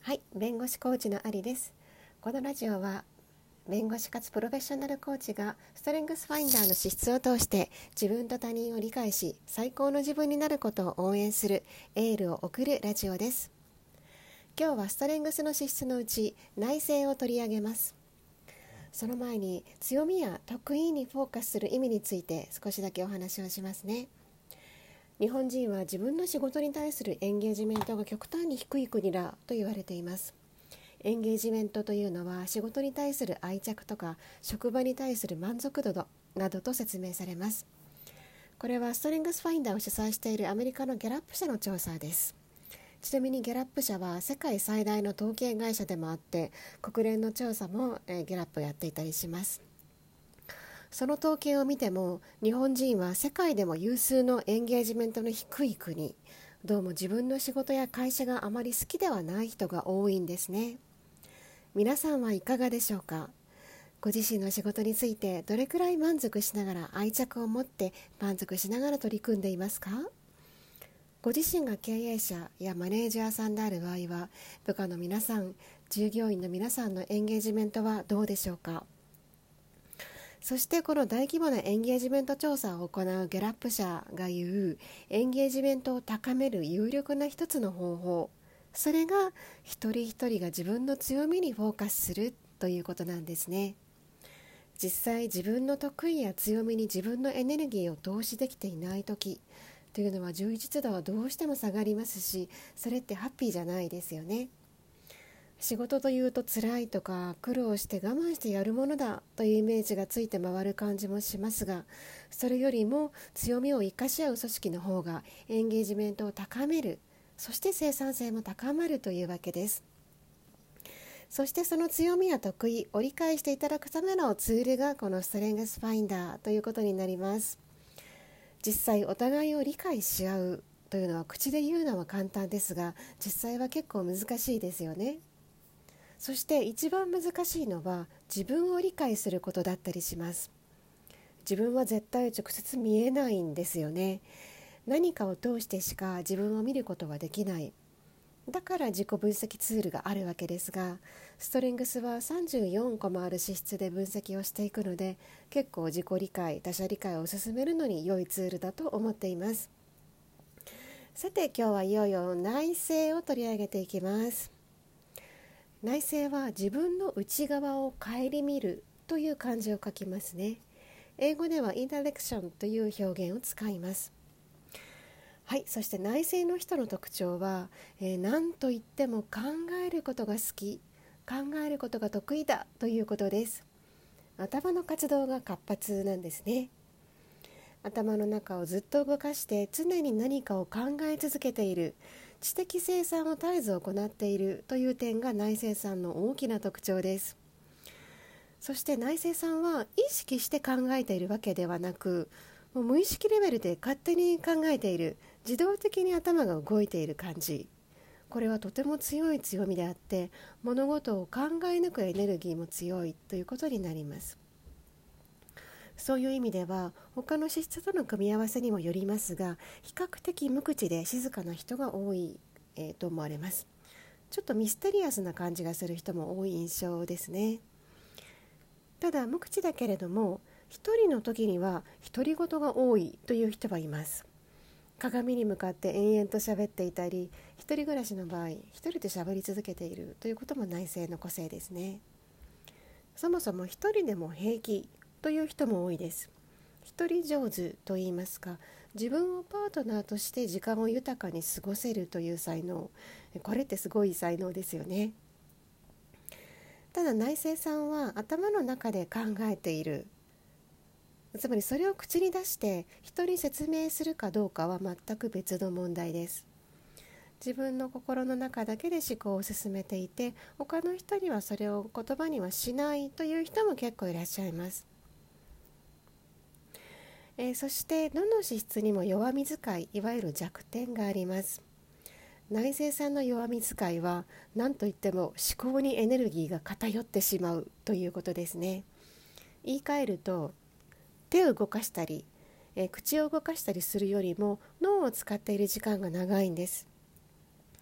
はい、弁護士コーチのありです。このラジオは弁護士かつプロフェッショナルコーチがストレングスファインダーの資質を通して自分と他人を理解し最高の自分になることを応援するエールを送るラジオです。今日はストレングスの資質のうち内省を取り上げます。その前に強みや得意にフォーカスする意味について少しだけお話をしますね。日本人は自分の仕事に対するエンゲージメントが極端に低い国だと言われています。エンゲージメントというのは仕事に対する愛着とか職場に対する満足度などと説明されます。これはストレングスファインダーを主催しているアメリカのギャラップ社の調査です。ちなみにギャラップ社は世界最大の統計会社でもあって国連の調査もギャラップをやっていたりします。その統計を見ても日本人は世界でも有数のエンゲージメントの低い国、どうも自分の仕事や会社があまり好きではない人が多いんですね。皆さんはいかがでしょうか。ご自身の仕事についてどれくらい満足しながら愛着を持って満足しながら取り組んでいますか。ご自身が経営者やマネージャーさんである場合は部下の皆さん、従業員の皆さんのエンゲージメントはどうでしょうか。そしてこの大規模なエンゲージメント調査を行うギャラップ社が言うエンゲージメントを高める有力な一つの方法、それが一人一人が自分の強みにフォーカスするということなんですね。実際自分の得意や強みに自分のエネルギーを投資できていない時というのは充実度はどうしても下がりますし、それってハッピーじゃないですよね。仕事というと辛いとか苦労して我慢してやるものだというイメージがついて回る感じもしますが、それよりも強みを生かし合う組織の方がエンゲージメントを高める、そして生産性も高まるというわけです。そしてその強みや得意を理解していただくためのツールがこのストレングスファインダーということになります。実際お互いを理解し合うというのは口で言うのは簡単ですが、実際は結構難しいですよね。そして一番難しいのは自分を理解することだったりします。自分は絶対直接見えないんですよね。何かを通してしか自分を見ることはできない。だから自己分析ツールがあるわけですが、ストレングスは34個もある資質で分析をしていくので、結構自己理解、他者理解を進めるのに良いツールだと思っています。さて今日はいよいよ内省を取り上げていきます。内省は自分の内側を顧みるという漢字を書きますね。英語ではインタレクションという表現を使います。はい、そして内省の人の特徴は、何と言っても考えることが好き、考えることが得意だということです。頭の活動が活発なんですね。頭の中をずっと動かして常に何かを考え続けている、知的生産を絶えず行っているという点が内省さんの大きな特徴です。そして内省さんは意識して考えているわけではなく、もう無意識レベルで勝手に考えている、自動的に頭が動いている感じ、これはとても強い強みであって、物事を考え抜くエネルギーも強いということになります。そういう意味では他の資質との組み合わせにもよりますが、比較的無口で静かな人が多い、と思われます。ちょっとミステリアスな感じがする人も多い印象ですね。ただ無口だけれども一人の時には独り言が多いという人はいます。鏡に向かって延々と喋っていたり、一人暮らしの場合一人で喋り続けているということも内省の個性ですね。そもそも一人でも平気という人も多いです。一人上手と言いますか、自分をパートナーとして時間を豊かに過ごせるという才能、これってすごい才能ですよね。ただ内省さんは頭の中で考えている、つまりそれを口に出して人に説明するかどうかは全く別の問題です。自分の心の中だけで思考を進めていて、他の人にはそれを言葉にはしないという人も結構いらっしゃいます。そしてどの資質にも弱み使い、いわゆる弱点があります。内省さんの弱み使いは何といっても思考にエネルギーが偏ってしまうということですね。言い換えると、手を動かしたり、口を動かしたりするよりも脳を使っている時間が長いんです。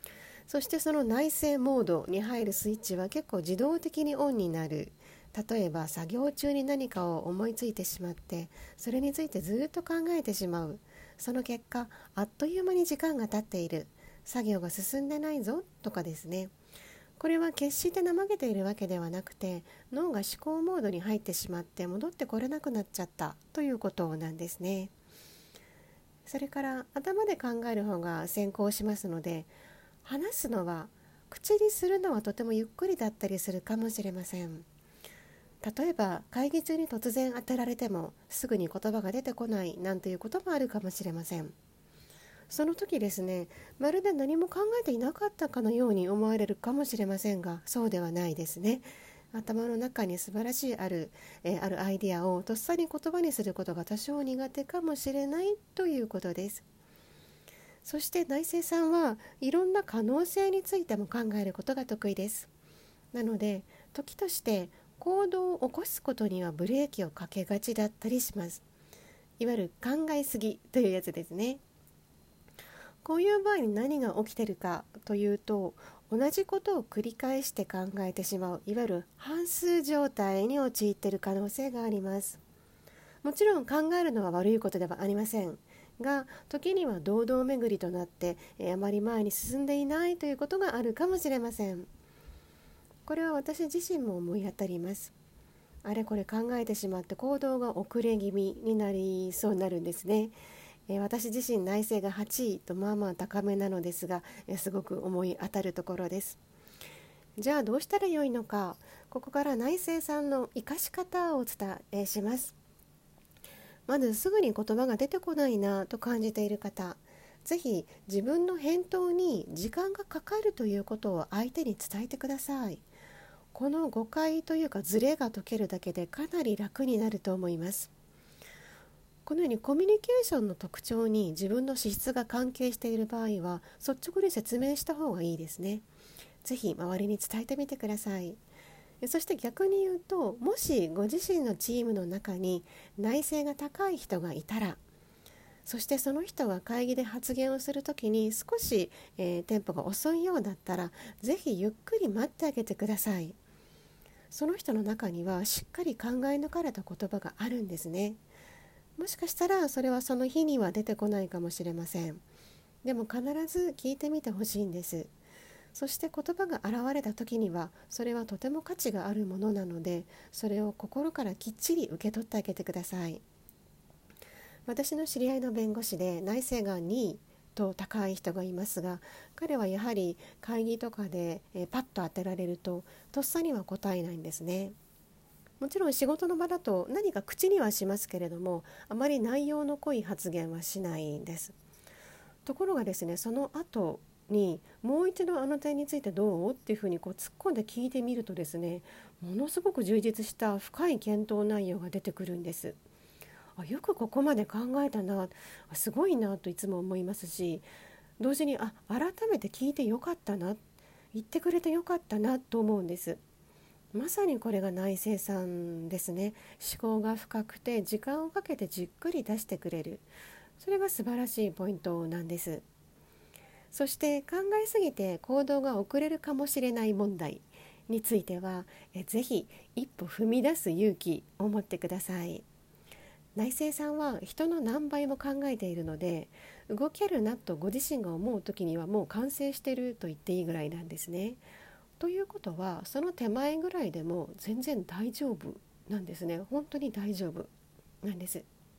そしてその内省モードに入るスイッチは結構自動的にオンになる。例えば作業中に何かを思いついてしまってそれについてずっと考えてしまう。その結果あっという間に時間が経っている、作業が進んでないぞとかですね。これは決して怠けているわけではなくて、脳が思考モードに入ってしまって戻ってこれなくなっちゃったということなんですね。それから頭で考える方が先行しますので、話すのは口にするのはとてもゆっくりだったりするかもしれません。例えば会議中に突然当てられてもすぐに言葉が出てこないなんていうこともあるかもしれません。その時ですね、まるで何も考えていなかったかのように思われるかもしれませんが、そうではないですね。頭の中に素晴らしいあるアイディアをとっさに言葉にすることが多少苦手かもしれないということです。そして内省さんはいろんな可能性についても考えることが得意です。なので時として行動を起こすことにはブレーキをかけがちだったりします。いわゆる考えすぎというやつですね。こういう場合に何が起きているかというと、同じことを繰り返して考えてしまう、いわゆる反数状態に陥っている可能性があります。もちろん考えるのは悪いことではありませんが、時には堂々巡りとなってあまり前に進んでいないということがあるかもしれません。これは私自身も思い当たります。あれこれ考えてしまって行動が遅れ気味になりそうになるんですね。私自身内省が8位とまあまあ高めなのですが、すごく思い当たるところです。じゃあどうしたらよいのか、ここから内省さんの生かし方をお伝えします。まずすぐに言葉が出てこないなと感じている方、ぜひ自分の返答に時間がかかるということを相手に伝えてください。この誤解というかズレが解けるだけでかなり楽になると思います。このようにコミュニケーションの特徴に自分の資質が関係している場合は率直に説明した方がいいですね。ぜひ周りに伝えてみてください。そして逆に言うと、もしご自身のチームの中に内省が高い人がいたら、そしてその人が会議で発言をするときに少し、テンポが遅いようだったら、ぜひゆっくり待ってあげてください。その人の中にはしっかり考え抜かれた言葉があるんですね。もしかしたらそれはその日には出てこないかもしれません。でも必ず聞いてみてほしいんです。そして言葉が現れた時にはそれはとても価値があるものなので、それを心からきっちり受け取ってあげてください。私の知り合いの弁護士で内省が2位と高い人がいますが、彼はやはり会議とかでパッと当てられるととっさには答えないんですね。もちろん仕事の場だと何か口にはしますけれども、あまり内容の濃い発言はしないんです。ところがですね、その後にもう一度あの点についてどうっていうふうに突っ込んで聞いてみるとですね、ものすごく充実した深い検討内容が出てくるんです。よくここまで考えたな、すごいなといつも思いますし、同時に改めて聞いてよかったな、言ってくれてよかったなと思うんです。まさにこれが内省さんですね。思考が深くて時間をかけてじっくり出してくれる、それが素晴らしいポイントなんです。そして考えすぎて行動が遅れるかもしれない問題については、ぜひ一歩踏み出す勇気を持ってください。内省さんは人の何倍も考えているので、動けるなとご自身が思う時にはもう完成していると言っていいぐらいなんですね。ということはその手前ぐらいでも全然大丈夫なんですね。本当に大丈夫なんです。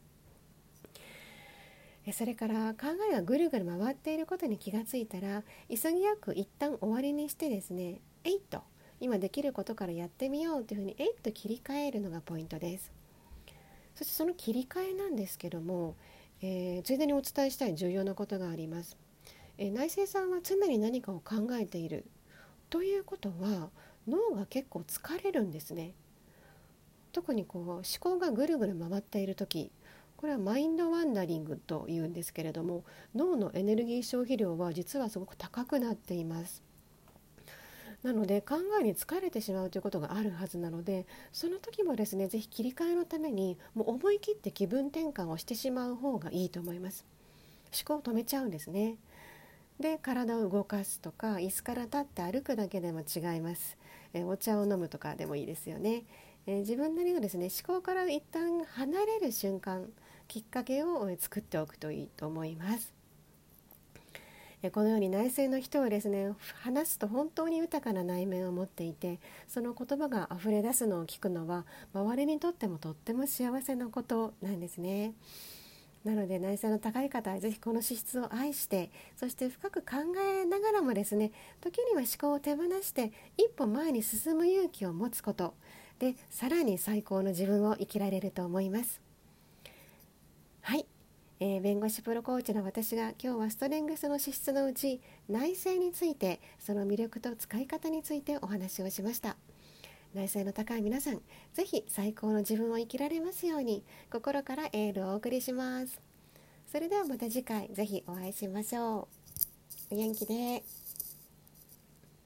それから考えがぐるぐる回っていることに気がついたら、潔く一旦終わりにしてですね、今できることからやってみようというふうに切り替えるのがポイントです。そしてその切り替えなんですけども、ついでにお伝えしたい重要なことがあります。内省さんは常に何かを考えているということは、脳が結構疲れるんですね。特に思考がぐるぐる回っている時、これはマインドワンダリングというんですけれども、脳のエネルギー消費量は実はすごく高くなっています。なので考えに疲れてしまうということがあるはずなので、その時もですね、ぜひ切り替えのためにもう思い切って気分転換をしてしまう方がいいと思います。思考を止めちゃうんですね。 で体を動かすとか、椅子から立って歩くだけでも違います。お茶を飲むとかでもいいですよね。自分なりのですね、思考から一旦離れる瞬間、きっかけを作っておくといいと思います。このように内省の人はですね、話すと本当に豊かな内面を持っていて、その言葉が溢れ出すのを聞くのは周りにとってもとっても幸せなことなんですね。なので内省の高い方はぜひこの資質を愛して、そして深く考えながらもですね、時には思考を手放して一歩前に進む勇気を持つことで、さらに最高の自分を生きられると思います。はい、弁護士プロコーチの私が今日はストレングスの資質のうち内省について、その魅力と使い方についてお話をしました。内省の高い皆さん、ぜひ最高の自分を生きられますように、心からエールをお送りします。それではまた次回ぜひお会いしましょう。お元気で。